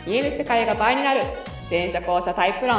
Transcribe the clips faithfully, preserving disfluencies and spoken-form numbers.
見える世界が倍になる前者後者タイプ論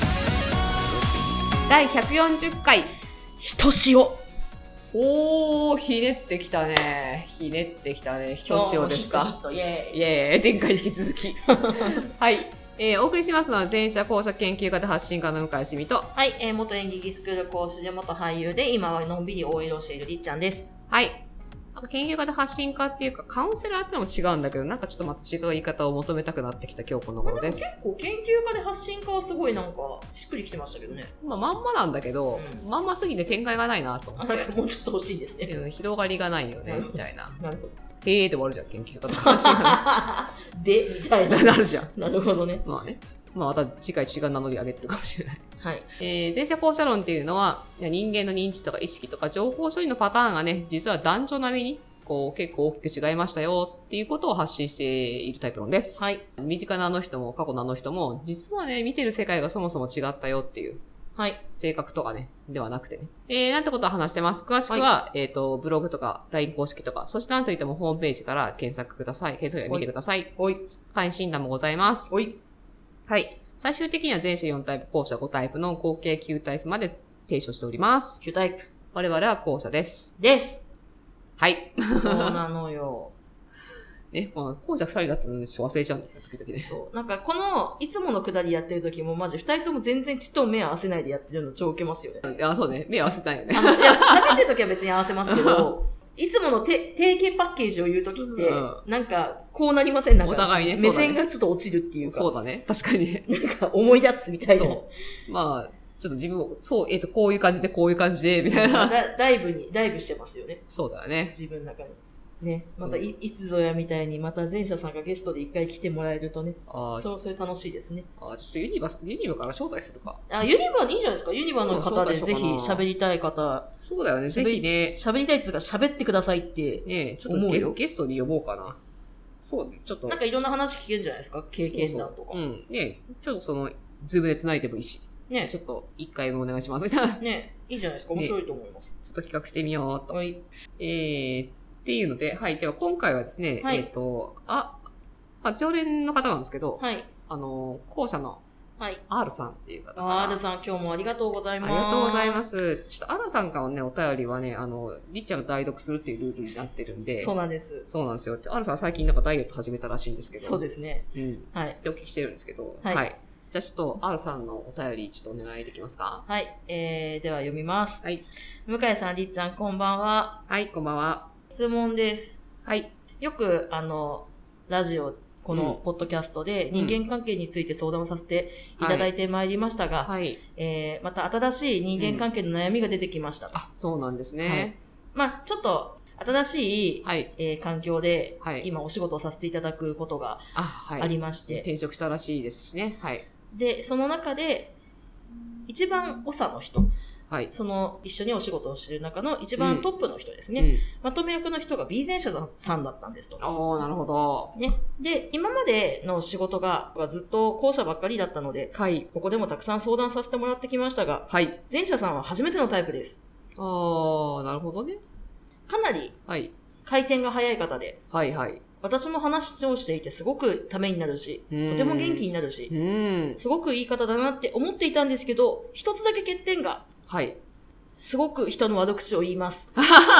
だいひゃくよんじゅっかいひとしお。 おー、ひねってきたね。ひねってきたね。ひとしおですか。 ヒットヒットイエーイ。 イエーイ。前回に引き続き。はい。えー、お送りしますのは前者後者研究家で発信家の向井しみと。 はい、えー、元演劇スクール講師で元俳優で、今はのんびり オーエル をしているりっちゃんです。 はい。研究家で発信家っていうか、カウンセラーってのも違うんだけど、なんかちょっとまた違う言い方を求めたくなってきた今日この頃です。 結構研究家で発信家はすごいなんか、しっくりきてましたけどね。 まあ、まんまなんだけど、うん、まんますぎて展開がないなと思って。 なんかもうちょっと欲しいですね。 うん、広がりがないよね、みたいな。 なるほど。 へーで終わるじゃん、研究家と発信家で、みたいな。 なるじゃん。 なるほどね。 まあね。まあまた次回違う名乗り上げてるかもしれない。 はい。 えー、前者後者論っていうのは、人間の認知とか意識とか情報処理のパターンがね、実は男女並みに、こう結構大きく違いましたよっていうことを発信しているタイプ論です。 はい。 身近なあの人も過去のあの人も、実はね、見てる世界がそもそも違ったよっていう。 はい。 性格とかね、ではなくてね。えー、なんてことを話してます。詳しくは、はい、えっ、ー、と、ブログとか、ライン 公式とか、そしてなんといってもホームページから検索ください。検索で見てください。 はい。 会員診断もございます。 はい。 はい。最終的には前者よんタイプ、後者ごタイプの合計きゅうタイプまで提唱しております。 きゅうタイプ。 我々は後者です。 です。 はい。 そうなのよ。 ね、まあ、後者ふたりだったので忘れちゃうんだよ、時々ね。 そう。なんか、この、いつものくだりやってる時も、マジ二人とも全然ちと目合わせないでやってるの超受けますよね。 いや、そうね。目合わせたいよね。 あの、いや、喋ってる時は別に合わせますけど、いつものて定型パッケージを言う時って、うん、なんか、こうなりません？なんか、 お互いね。 目線がちょっと落ちるっていうか。 そうだね。確かにね。 なんか、思い出すみたいな。 そう。まあ、ちょっと自分を、そう、えっ、ー、と、こういう感じで、こういう感じで、みたいな。 だダイブに、ダイブしてますよね。 そうだよね。 自分の中に。ね。またい、うん、いつぞやみたいに、また前者さんがゲストで一回来てもらえるとね。ああ。そう、それ楽しいですね。 ああ、ちょっとユニバ、ユニバから招待するか。 あ、ユニバでいいんじゃないですか。ユニバの方でぜひ喋りたい方。 そうだよね、ぜひね。 喋りたいっていうか喋ってくださいって。 ねえ、ちょっとゲ, ゲストに呼ぼうかな。そうね、ちょっと。 なんかいろんな話聞けるんじゃないですか。経験談とか。 そうそう。うん。ねえ、ちょっとその、ズームで繋いでもいいし。ねえ。ちょっと、一回もお願いします。みたいな。 ねえ、いいじゃないですか。面白いと思います。 ね、ちょっと企画してみようと。 はい。 えー、っていうので、はい。では今回はですね、はい、えっ、ー、と、あ、まあ、常連の方なんですけど、 はい。 あの、後者の、はい。R さんっていう方から。 R さん、今日もありがとうございます。 ありがとうございます。ちょっと R さんからのね、お便りはね、あの、りっちゃんが代読するっていうルールになってるんで。 そうなんです。 そうなんですよ。R さんは最近なんかダイエット始めたらしいんですけど。 そうですね。 うん。はい。で、お聞きしてるんですけど。 はい。はい、 じゃあちょっと R さんのお便りちょっとお願いできますか？ はい。えー、では読みます。 はい。 向井さん、りっちゃん、こんばんは。 はい、こんばんは。 質問です。 はい。 よく、あの、ラジオ、このポッドキャストで人間関係について相談をさせていただいてまいりましたが、 はい。 えー、また新しい人間関係の悩みが出てきました。うん、 あ、そうなんですね。 はい、まあちょっと、新しい、はいえー、環境で、はい、今お仕事をさせていただくことがありまして、 はい、転職したらしいですしね。はい。 で、その中で、一番長の人、 はい。 その、一緒にお仕事をしている中の一番トップの人ですね。 うんうん、 まとめ役の人が B 前者さんだったんですと。 ああ、なるほど。 ね。で、今までの仕事がずっと後者ばっかりだったので、 はい。 ここでもたくさん相談させてもらってきましたが、 はい。 前者さんは初めてのタイプです。 ああ、なるほどね。 かなり、はい。回転が早い方で、 はいはい。 私も話をしていてすごくためになるし、とても元気になるし、 うんすごくいい方だなって思っていたんですけど、一つだけ欠点が、 はい。 すごく人の悪口を言います。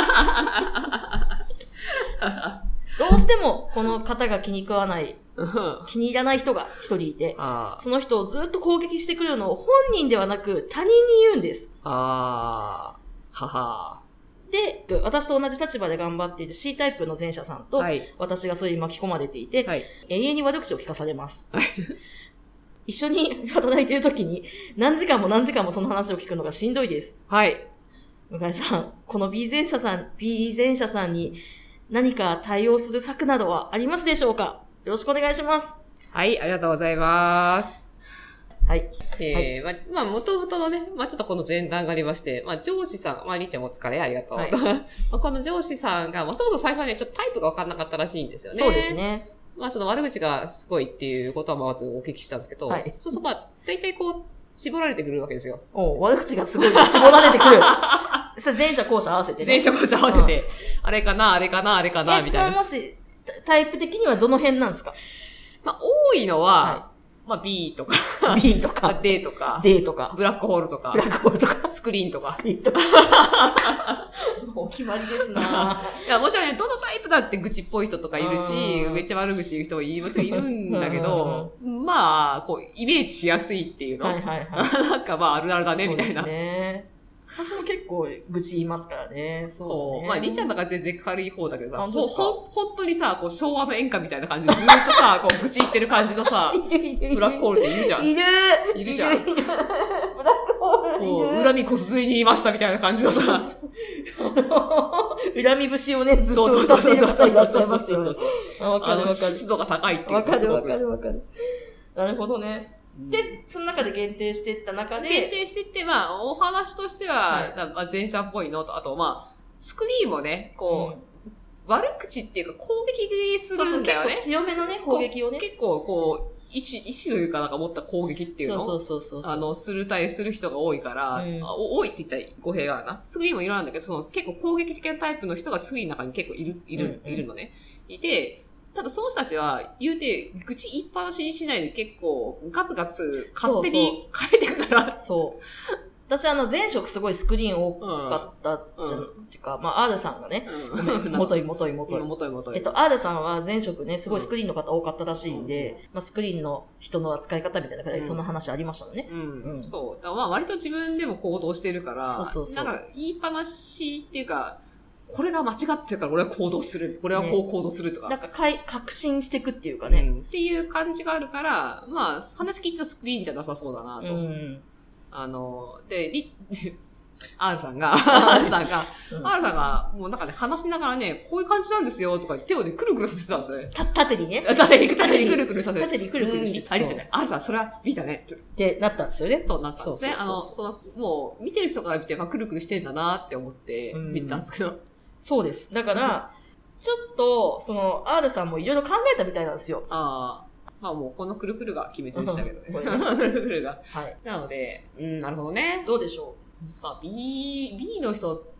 どうしてもこの方が気に食わない、気に入らない人が一人いて、その人をずっと攻撃してくるのを本人ではなく他人に言うんです。 あー、ははで、私と同じ立場で頑張っている C タイプの前者さんと、はい、私がそれに巻き込まれていて、はい、永遠に悪口を聞かされます。一緒に働いているときに何時間も何時間もその話を聞くのがしんどいです。 はい。 向井さん、この B 前者さん、B 前者さんに何か対応する策などはありますでしょうか？よろしくお願いします。 はい、ありがとうございます。 はい。 えー、はい、まあ、まあ、元々のね、まあ、ちょっとこの前段がありまして、まあ、上司さん、まあ、りっちゃんお疲れ、ありがとう。はい、まあこの上司さんが、まあ、そもそも最初はね、ちょっとタイプが分かんなかったらしいんですよね。 そうですね。 まあ、その悪口がすごいっていうことはまずお聞きしたんですけど、はい、そうそう、まあ、大体こう、絞られてくるわけですよ。 お悪口がすごい絞られてくる。それ前者後者合わせてね。 前者後者合わせて、うん、あれかな、あれかな、あれかな、みたいな。 それもし、タイプ的にはどの辺なんですか？ まあ、多いのは、はい、まあ、B とか、 B とか、 D とか、 D とか、 ブラックホールとか、 ブラックホールとか、 スクリーンとか。 スクリーンとか。お決まりですないや、もちろんね、どのタイプだって愚痴っぽい人とかいるし、めっちゃ悪口言う人ももちろんいるんだけど、まあ、こう、イメージしやすいっていうの。はいはいはい。なんかまあ、あるあるだね、みたいな。そうですね。 私も結構愚痴言いますからね。そう、ね。 まあ、りちゃんとか全然軽い方だけどさ、ほ、ほ、本当にさ、こう、昭和の演歌みたいな感じでずーっとさ、こう、愚痴言ってる感じのさ、ブラックホールっているじゃん。 いるいるじゃん。 ブラックホールいる。 もう、恨みこすずいに言いましたみたいな感じのさ、 恨み節をね、ずっと歌っていらっしゃいますよね。わかるわかる。 湿度が高いっていうか。 わかるわかるわかる。なるほどね。で、その中で限定していった中で。 限定していって、まあ、お話としては、はい、前者っぽいのと、あと、まあ、スクリーンもね、こう、うん、悪口っていうか攻撃するんだよね。 そうそう、結構強めのね、攻撃をね。 結構、こう、意志、意志というかなんか持った攻撃っていうのを、 そうそうそうそう。 あの、する対する人が多いから、うん、多いって言ったら語弊があるな。スクリーンもいろいろなんだけど、その結構攻撃的なタイプの人がスクリーンの中に結構いる、いる、うんうん、いるのね。いて、ただその人たちは言うて、愚痴言いっぱなしにしないで結構ガツガツ勝手に変えてくから。 そう。私あの前職すごいスクリーン多かったじゃん、うん、っていうか、まあ R さんがね、うん、もといもといもとい。 もといもとい。 えっと R さんは前職ね、すごいスクリーンの方多かったらしいんで、うん、まあスクリーンの人の扱い方みたいな感じでそんな話ありましたよね。 うん。うんうん、そう。だからまあ割と自分でも行動してるから、 そうそうそう。 なんか言いっぱなしっていうか、これが間違ってるから俺は行動する。これはこう行動するとか。 ね、なんかかい、確信していくっていうかね、 うん。っていう感じがあるから、まあ、話聞いてるとスクリーンじゃなさそうだなと。うん、あの、で、リ、R さんが、R さんが、うん、R さんが、もうなんかね、話しながらね、こういう感じなんですよ、とか手をね、くるくるさせてたんですよね。 た、縦にね。 縦に、縦にくるくるさせて。 縦にくるくるして。 ありしてね。R さん、それは B だね。 ってなったんですよね。 そうなったんですね。あの、その、もう、見てる人から見て、まあ、くるくるしてんだなって思って見たんですけど。うん、 そうです。だから、ちょっと、その、R さんもいろいろ考えたみたいなんですよ。 ああ。まあもう、このくるくるが決め手でしたけどね。これね。くるくるが。はい。なので、うん、なるほどね。 どうでしょう。 まあ、B、B の人って、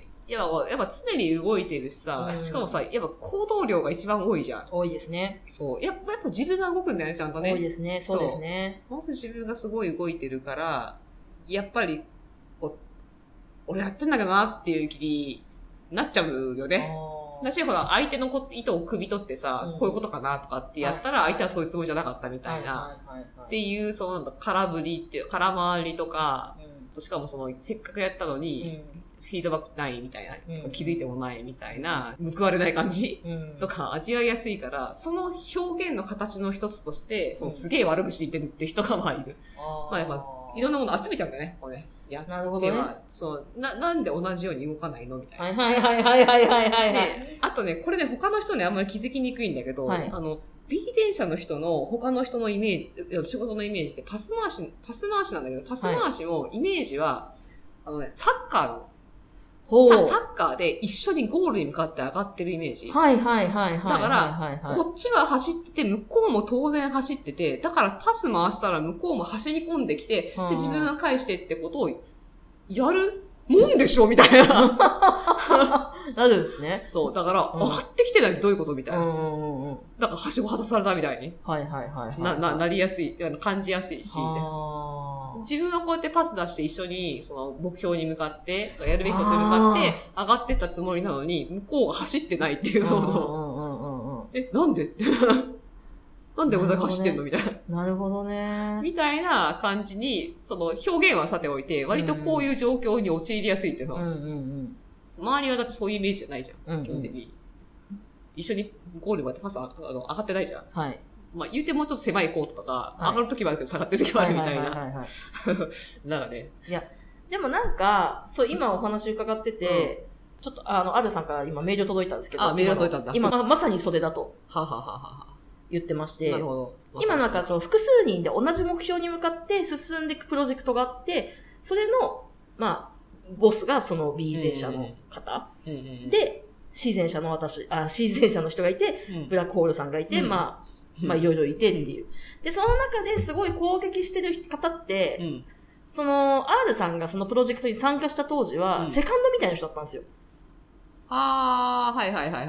やっぱ、やっぱ常に動いてるしさ、うん、しかもさ、やっぱ行動量が一番多いじゃん。 多いですね。 そう。やっぱ、やっぱ自分が動くんだよね、ちゃんとね。 多いですね。そうですね。 まず自分がすごい動いてるから、やっぱり、こう、俺やってんだけどなっていう気になっちゃうよね。だし、ほら、相手の意図を汲み取ってさ、うん、こういうことかなとかってやったら、相手はそういうつもりじゃなかったみたいな。っていう、その、なんだ、空振りっていう、空回りとか、うん、しかもその、せっかくやったのに、うん、フィードバックないみたいな、うん、気づいてもないみたいな、報われない感じ、うん、とか味わいやすいから、その表現の形の一つとして、そのすげえ悪口言ってるって人がまあいる。うん、まあやっぱ、いろんなもの集めちゃうんだよね、これね。やなるほどね。 そう、な、なんで同じように動かないのみたいな。 はいはいはいはいはいはい、はい。 で、あとね、これね、他の人ね、あんまり気づきにくいんだけど、はい、あの、B 前者の人の他の人のイメージ、仕事のイメージってパス回し、パス回しなんだけど、パス回しもイメージは、はい、あのね、サッカーの、サ, サッカーで一緒にゴールに向かって上がってるイメージ。 はいはいはいはい。 だから、こっちは走ってて、向こうも当然走ってて、だからパス回したら向こうも走り込んできて、で自分が返してってことをやるもんでしょみたいな。 なるんですね。 そう。だから、うん、上がってきてないってどういうことみたいな。うんうんうん、だから、はしご果たされたみたいに。 はいはいはい、はい。 な、な、なりやすい、感じやすいし、自分はこうやってパス出して一緒に、その、目標に向かって、やるべきことに向かって、上がってったつもりなのに、向こうが走ってないっていうのを、え、なんでなんで俺が走ってんのみたいな。 なるほどね。 みたいな感じに、その、表現はさておいて、割とこういう状況に陥りやすいっていうのは、うんうんうん、周りはだってそういうイメージじゃないじゃん。うんうん、基本的に。一緒にゴールまでパスあの上がってないじゃん。はい。まあ言うてもうちょっと狭いコートとか、はい、上がるときもあるけど下がってるときもあるみたいな。はいはいはいはい、だからね。 いや、でもなんか、そう、今お話伺ってて、うん、ちょっとあの、アルさんから今メール届いたんですけど。 あ、メール届いたんだ。 今、今まさにそれだと。 はははは。 言ってまして。 なるほど。 今なんかそう、複数人で同じ目標に向かって進んでいくプロジェクトがあって、それの、まあ、ボスがその B 前者の方、うんうんうん、で、C 前者の私、あ、C 前者の人がいて、うん、ブラックホールさんがいて、うん、まあ、まあいろいろいてっていう。で、その中ですごい攻撃してる方って、うん、その R さんがそのプロジェクトに参加した当時は、うん、セカンドみたいな人だったんですよ。 ああ、はいはいはいはい、はい。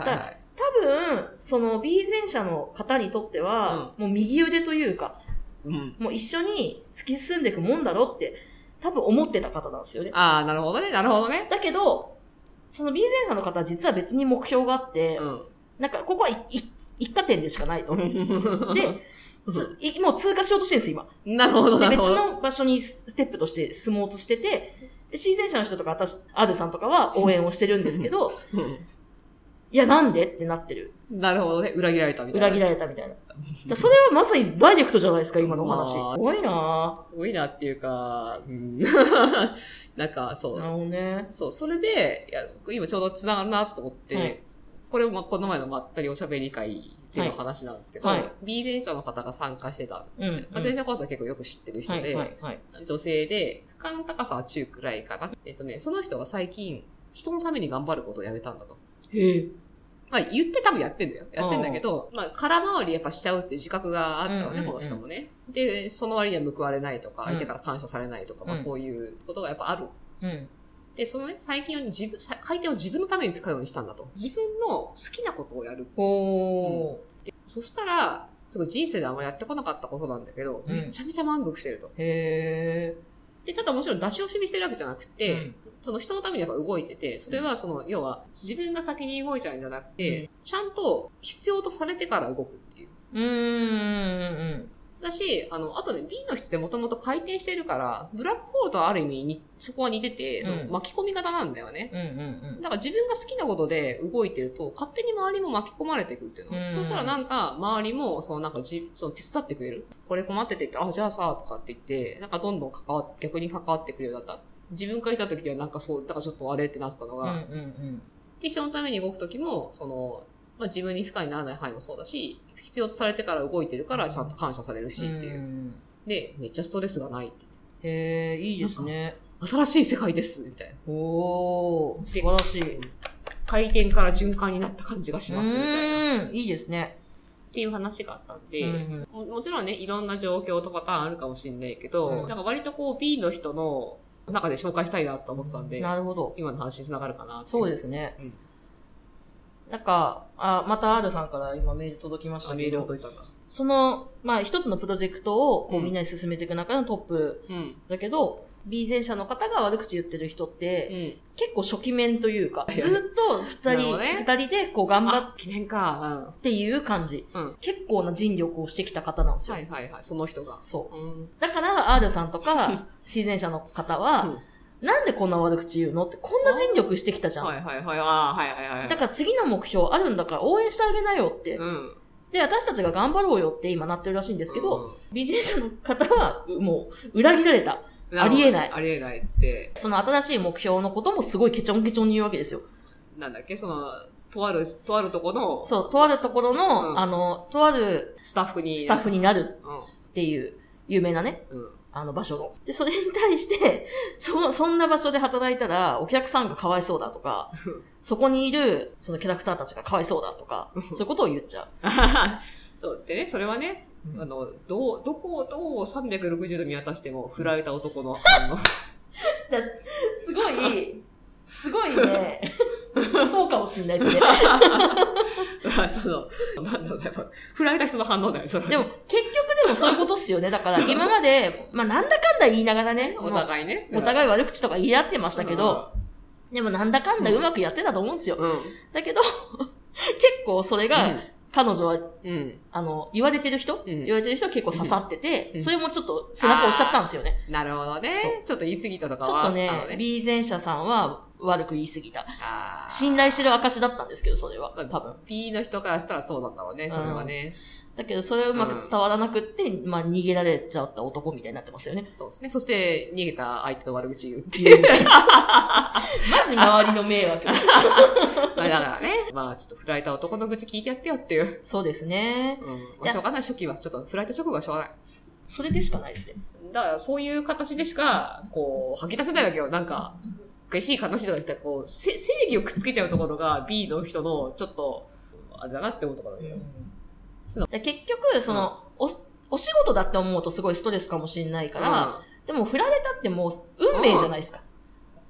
多分、その B 前者の方にとっては、うん、もう右腕というか、うん、もう一緒に突き進んでいくもんだろうって、多分思ってた方なんですよね。 ああ、なるほどね、なるほどね。 だけど、その B 前者の方は実は別に目標があって、うん、なんか、ここは一過点でしかないと。で、もう通過しようとしてるんです、今。 なるほど、なるほど。 別の場所にステップとして進もうとしてて、で、C 前者の人とか、私、アルさんとかは応援をしてるんですけど、うん、いや、なんでってなってる。 なるほどね。裏切られたみたいな。 裏切られたみたいな。だそれはまさにダイレクトじゃないですか、今のお話。すごいなぁ。すごいなっていうか、うん、なんか、そう。 なるほどね。 そう、それで、いや、今ちょうど繋がるなと思って、はい、これもこの前のまったりおしゃべり会での話なんですけど、はいはい、B 前者の方が参加してたんですね。うんうん、まあ、前者コースは結構よく知ってる人で、はいはいはい、女性で、負荷の高さは中くらいかな。えっとね、その人が最近、人のために頑張ることをやめたんだと。 へえ。 まあ言って多分やってんだよ。やってんだけど、まあ空回りやっぱしちゃうって自覚があったのね、うんうんうん、この人もね。で、その割には報われないとか、相手から感謝されないとか、うん、まあそういうことがやっぱある。うん、で、そのね、最近は自分、回転を自分のために使うようにしたんだと。自分の好きなことをやる。 おー。 でそしたら、すごい人生であんまやってこなかったことなんだけど、うん、めちゃめちゃ満足してると。 へー。で、ただもちろん出し惜しみしてるわけじゃなくて、うん、その人のためにやっぱ動いてて、それはその、要は自分が先に動いちゃうんじゃなくて、うん、ちゃんと必要とされてから動くっていう。 うーん。 だし、あの、あとね、B の人ってもともと回転してるから、ブラックホールとはある意味に、そこは似てて、その巻き込み方なんだよね。 うんうんうん。 だから自分が好きなことで動いてると、勝手に周りも巻き込まれていくっていうの。うんうん、そうしたらなんか、周りも、そのなんかじ、その手伝ってくれる。これ困っててって、あ、じゃあさ、とかって言って、なんかどんどん関わっ、逆に関わってくるようだった。自分から来た時はなんかそう、だからちょっとあれってなってたのが、 うんうんうん、 で、人のために動く時も、その、まあ、自分に負荷にならない範囲もそうだし、必要とされてから動いてるからちゃんと感謝されるしっていう。うん、で、めっちゃストレスがないって。 へー、いいですね。 新しい世界です、みたいな。 おー、素晴らしい。 回転から循環になった感じがします、みたいな。 うん、いいですね。 っていう話があったんで、うんうん、も, もちろんね、いろんな状況とパターンあるかもしれないけど、うん、なんか割とこう B の人の中で紹介したいなと思ってたんで、 なるほど。 今の話に繋がるかなって。 そうですね。うん、なんか、あ、また R さんから今メール届きましたけど。 メール届いたんだ。 その、まあ一つのプロジェクトをこうみんなに進めていく中のトップだけど、うん、B 前者の方が悪口言ってる人って、うん、結構初期面というか、ずっと二人、ね、二人でこう頑張って、 記念か、 っていう感じ、うん。結構な尽力をしてきた方なんですよ。 はいはいはい、その人が。 そう。うん、だから R さんとか C 前者の方は、うんなんでこんな悪口言うのってこんな尽力してきたじゃん。 はいはいはい。あはいはいはい。 だから次の目標あるんだから応援してあげなよって。うん。で、私たちが頑張ろうよって今なってるらしいんですけど、うん、B 前者の方はもう裏切られた。ありえない。 ありえないっつって。 その新しい目標のこともすごいケチョンケチョンに言うわけですよ。 なんだっけその、とある、とあるとこの。 そう、とあるところの、うん、あの、とあるスタッフに。 スタッフになるっていう有名なね。うんあの場所の。で、それに対して、そ、そんな場所で働いたら、お客さんがかわいそうだとか、そこにいる、そのキャラクターたちがかわいそうだとか、そういうことを言っちゃう。 そうでね、それはね、うん、あの、どう、どこをどうさんびゃくろくじゅうど見渡しても、振られた男の反応。 だすごい、すごいね、そうかもしんないですね。 その、なんだろう、やっぱ、振られた人の反応だよ、それ。 でも、結局でもそういうことっすよね。だから、今まで、まあ、なんだかんだ言いながらね。 お互いね。 お互い悪口とか言い合ってましたけど、うん、でもなんだかんだうまくやってたと思うんですよ。うん、だけど、結構それが、うん彼女は、うん、あの、言われてる人、うん、言われてる人は結構刺さってて、うん、それもちょっと背中押しちゃったんですよね。 なるほどね。ちょっと言い過ぎたとかは。 ちょっとね、ね B 前者さんは悪く言い過ぎた。信頼してる証だったんですけど、それは。多分。 B の人からしたらそうなんだろうね、それはね。 うん、だけど、それはうまく伝わらなくって、うん、まあ逃げられちゃった男みたいになってますよね。 そうですね。そして、逃げた相手の悪口言うっていう。 マジ周りの迷惑。 まあだからね。まあちょっと振られた男の愚痴聞いてやってよっていう。 そうですね。 うん。まあしょうがない初期は、ちょっと振られた直後はしょうがない。 それでしかないですね。 だからそういう形でしか、こう、吐き出せないわけよ。なんか、嬉しい話じゃなくて、こう、正義をくっつけちゃうところが B の人の、ちょっと、あれだなって思うところだよ。 うん、結局、その、うん、お、お仕事だって思うとすごいストレスかもしれないから、うん、でも振られたってもう運命じゃないですか。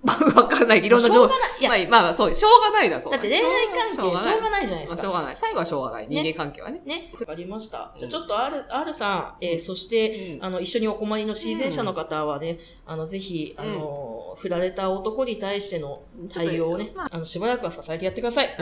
まあ、わかんない。いろんな情報。しょうがない。いや、まあ、まあ、そう、しょうがないだ、そう。 だって恋愛関係、しょうがないじゃないですか。 まあ、しょうがない。最後はしょうがない。人間関係はね。 ね。わかりました。じゃあちょっと R、R さん、えー、そして、うん、あの、一緒にお困りの C 前者の方はね、あの、ぜひ、あの、うん、振られた男に対しての対応をね、あの、しばらくは支えてやってください。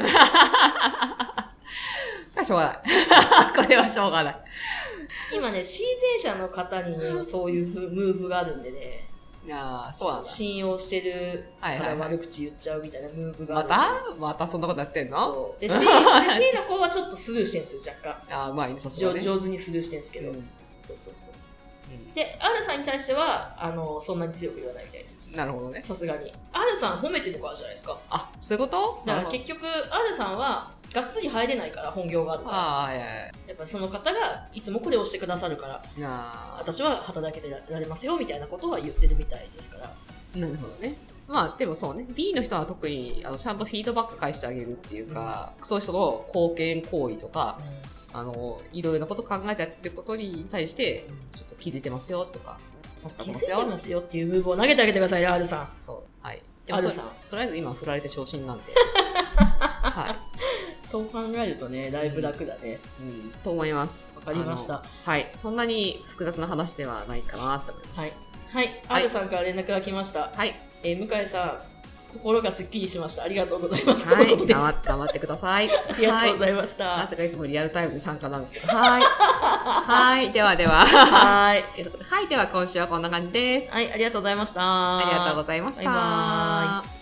しょうがない。これはしょうがない。 今ね、C 前者の方に、ね、そういうムーブがあるんでね。 いやー、そうなんだ。 信用してるから悪口言っちゃうみたいなムーブがある。 またまたそんなことやってんの？ そう。で、C, で C の子はちょっとスルーしてるんですよ、若干。 あー、まあいいね、さすがね。 上手にスルーしてるんですけど。うん、そうそうそう。うん、で、R さんに対しては、あの、そんなに強く言わないみたいです。 なるほどね。 さすがに。R さん褒めてるからじゃないですか。 あ、そういうこと？ だから結局、R さんは、がっつり入れないから本業があるから。 あ、いやいや、 やっぱその方がいつもこれをしてくださるから私は働けてられますよみたいなことは言ってるみたいですから。 なるほどね。まあでもそうね、 B の人は特にあのちゃんとフィードバック返してあげるっていうか、うん、そういう人の貢献行為とか、うん、あのいろいろなこと考えてやってることに対してちょっと気づいてますよとか、 助かってますよ、気づいてますよっていうムーブを投げてあげてくださいね、 R さん。 そう、はい。 R さん、 とりあえず今振られて昇進なんではい、 そう考えるとね、だいぶ楽だね。 うん、うん、と思います。 わかりました。 はい、そんなに複雑な話ではないかなと思います。 はい、はい、はい、R さんから連絡が来ました。はい、えー、向井さん、心がすっきりしました。ありがとうございます。 はい、 ということです。 頑張ってください。 ありがとうございました。 なぜかいつもリアルタイムに参加なんですけど。はい。はい。ではでは。 はい。 はい。では今週はこんな感じです。 はい。ありがとうございました。 ありがとうございました。 バイバーイ。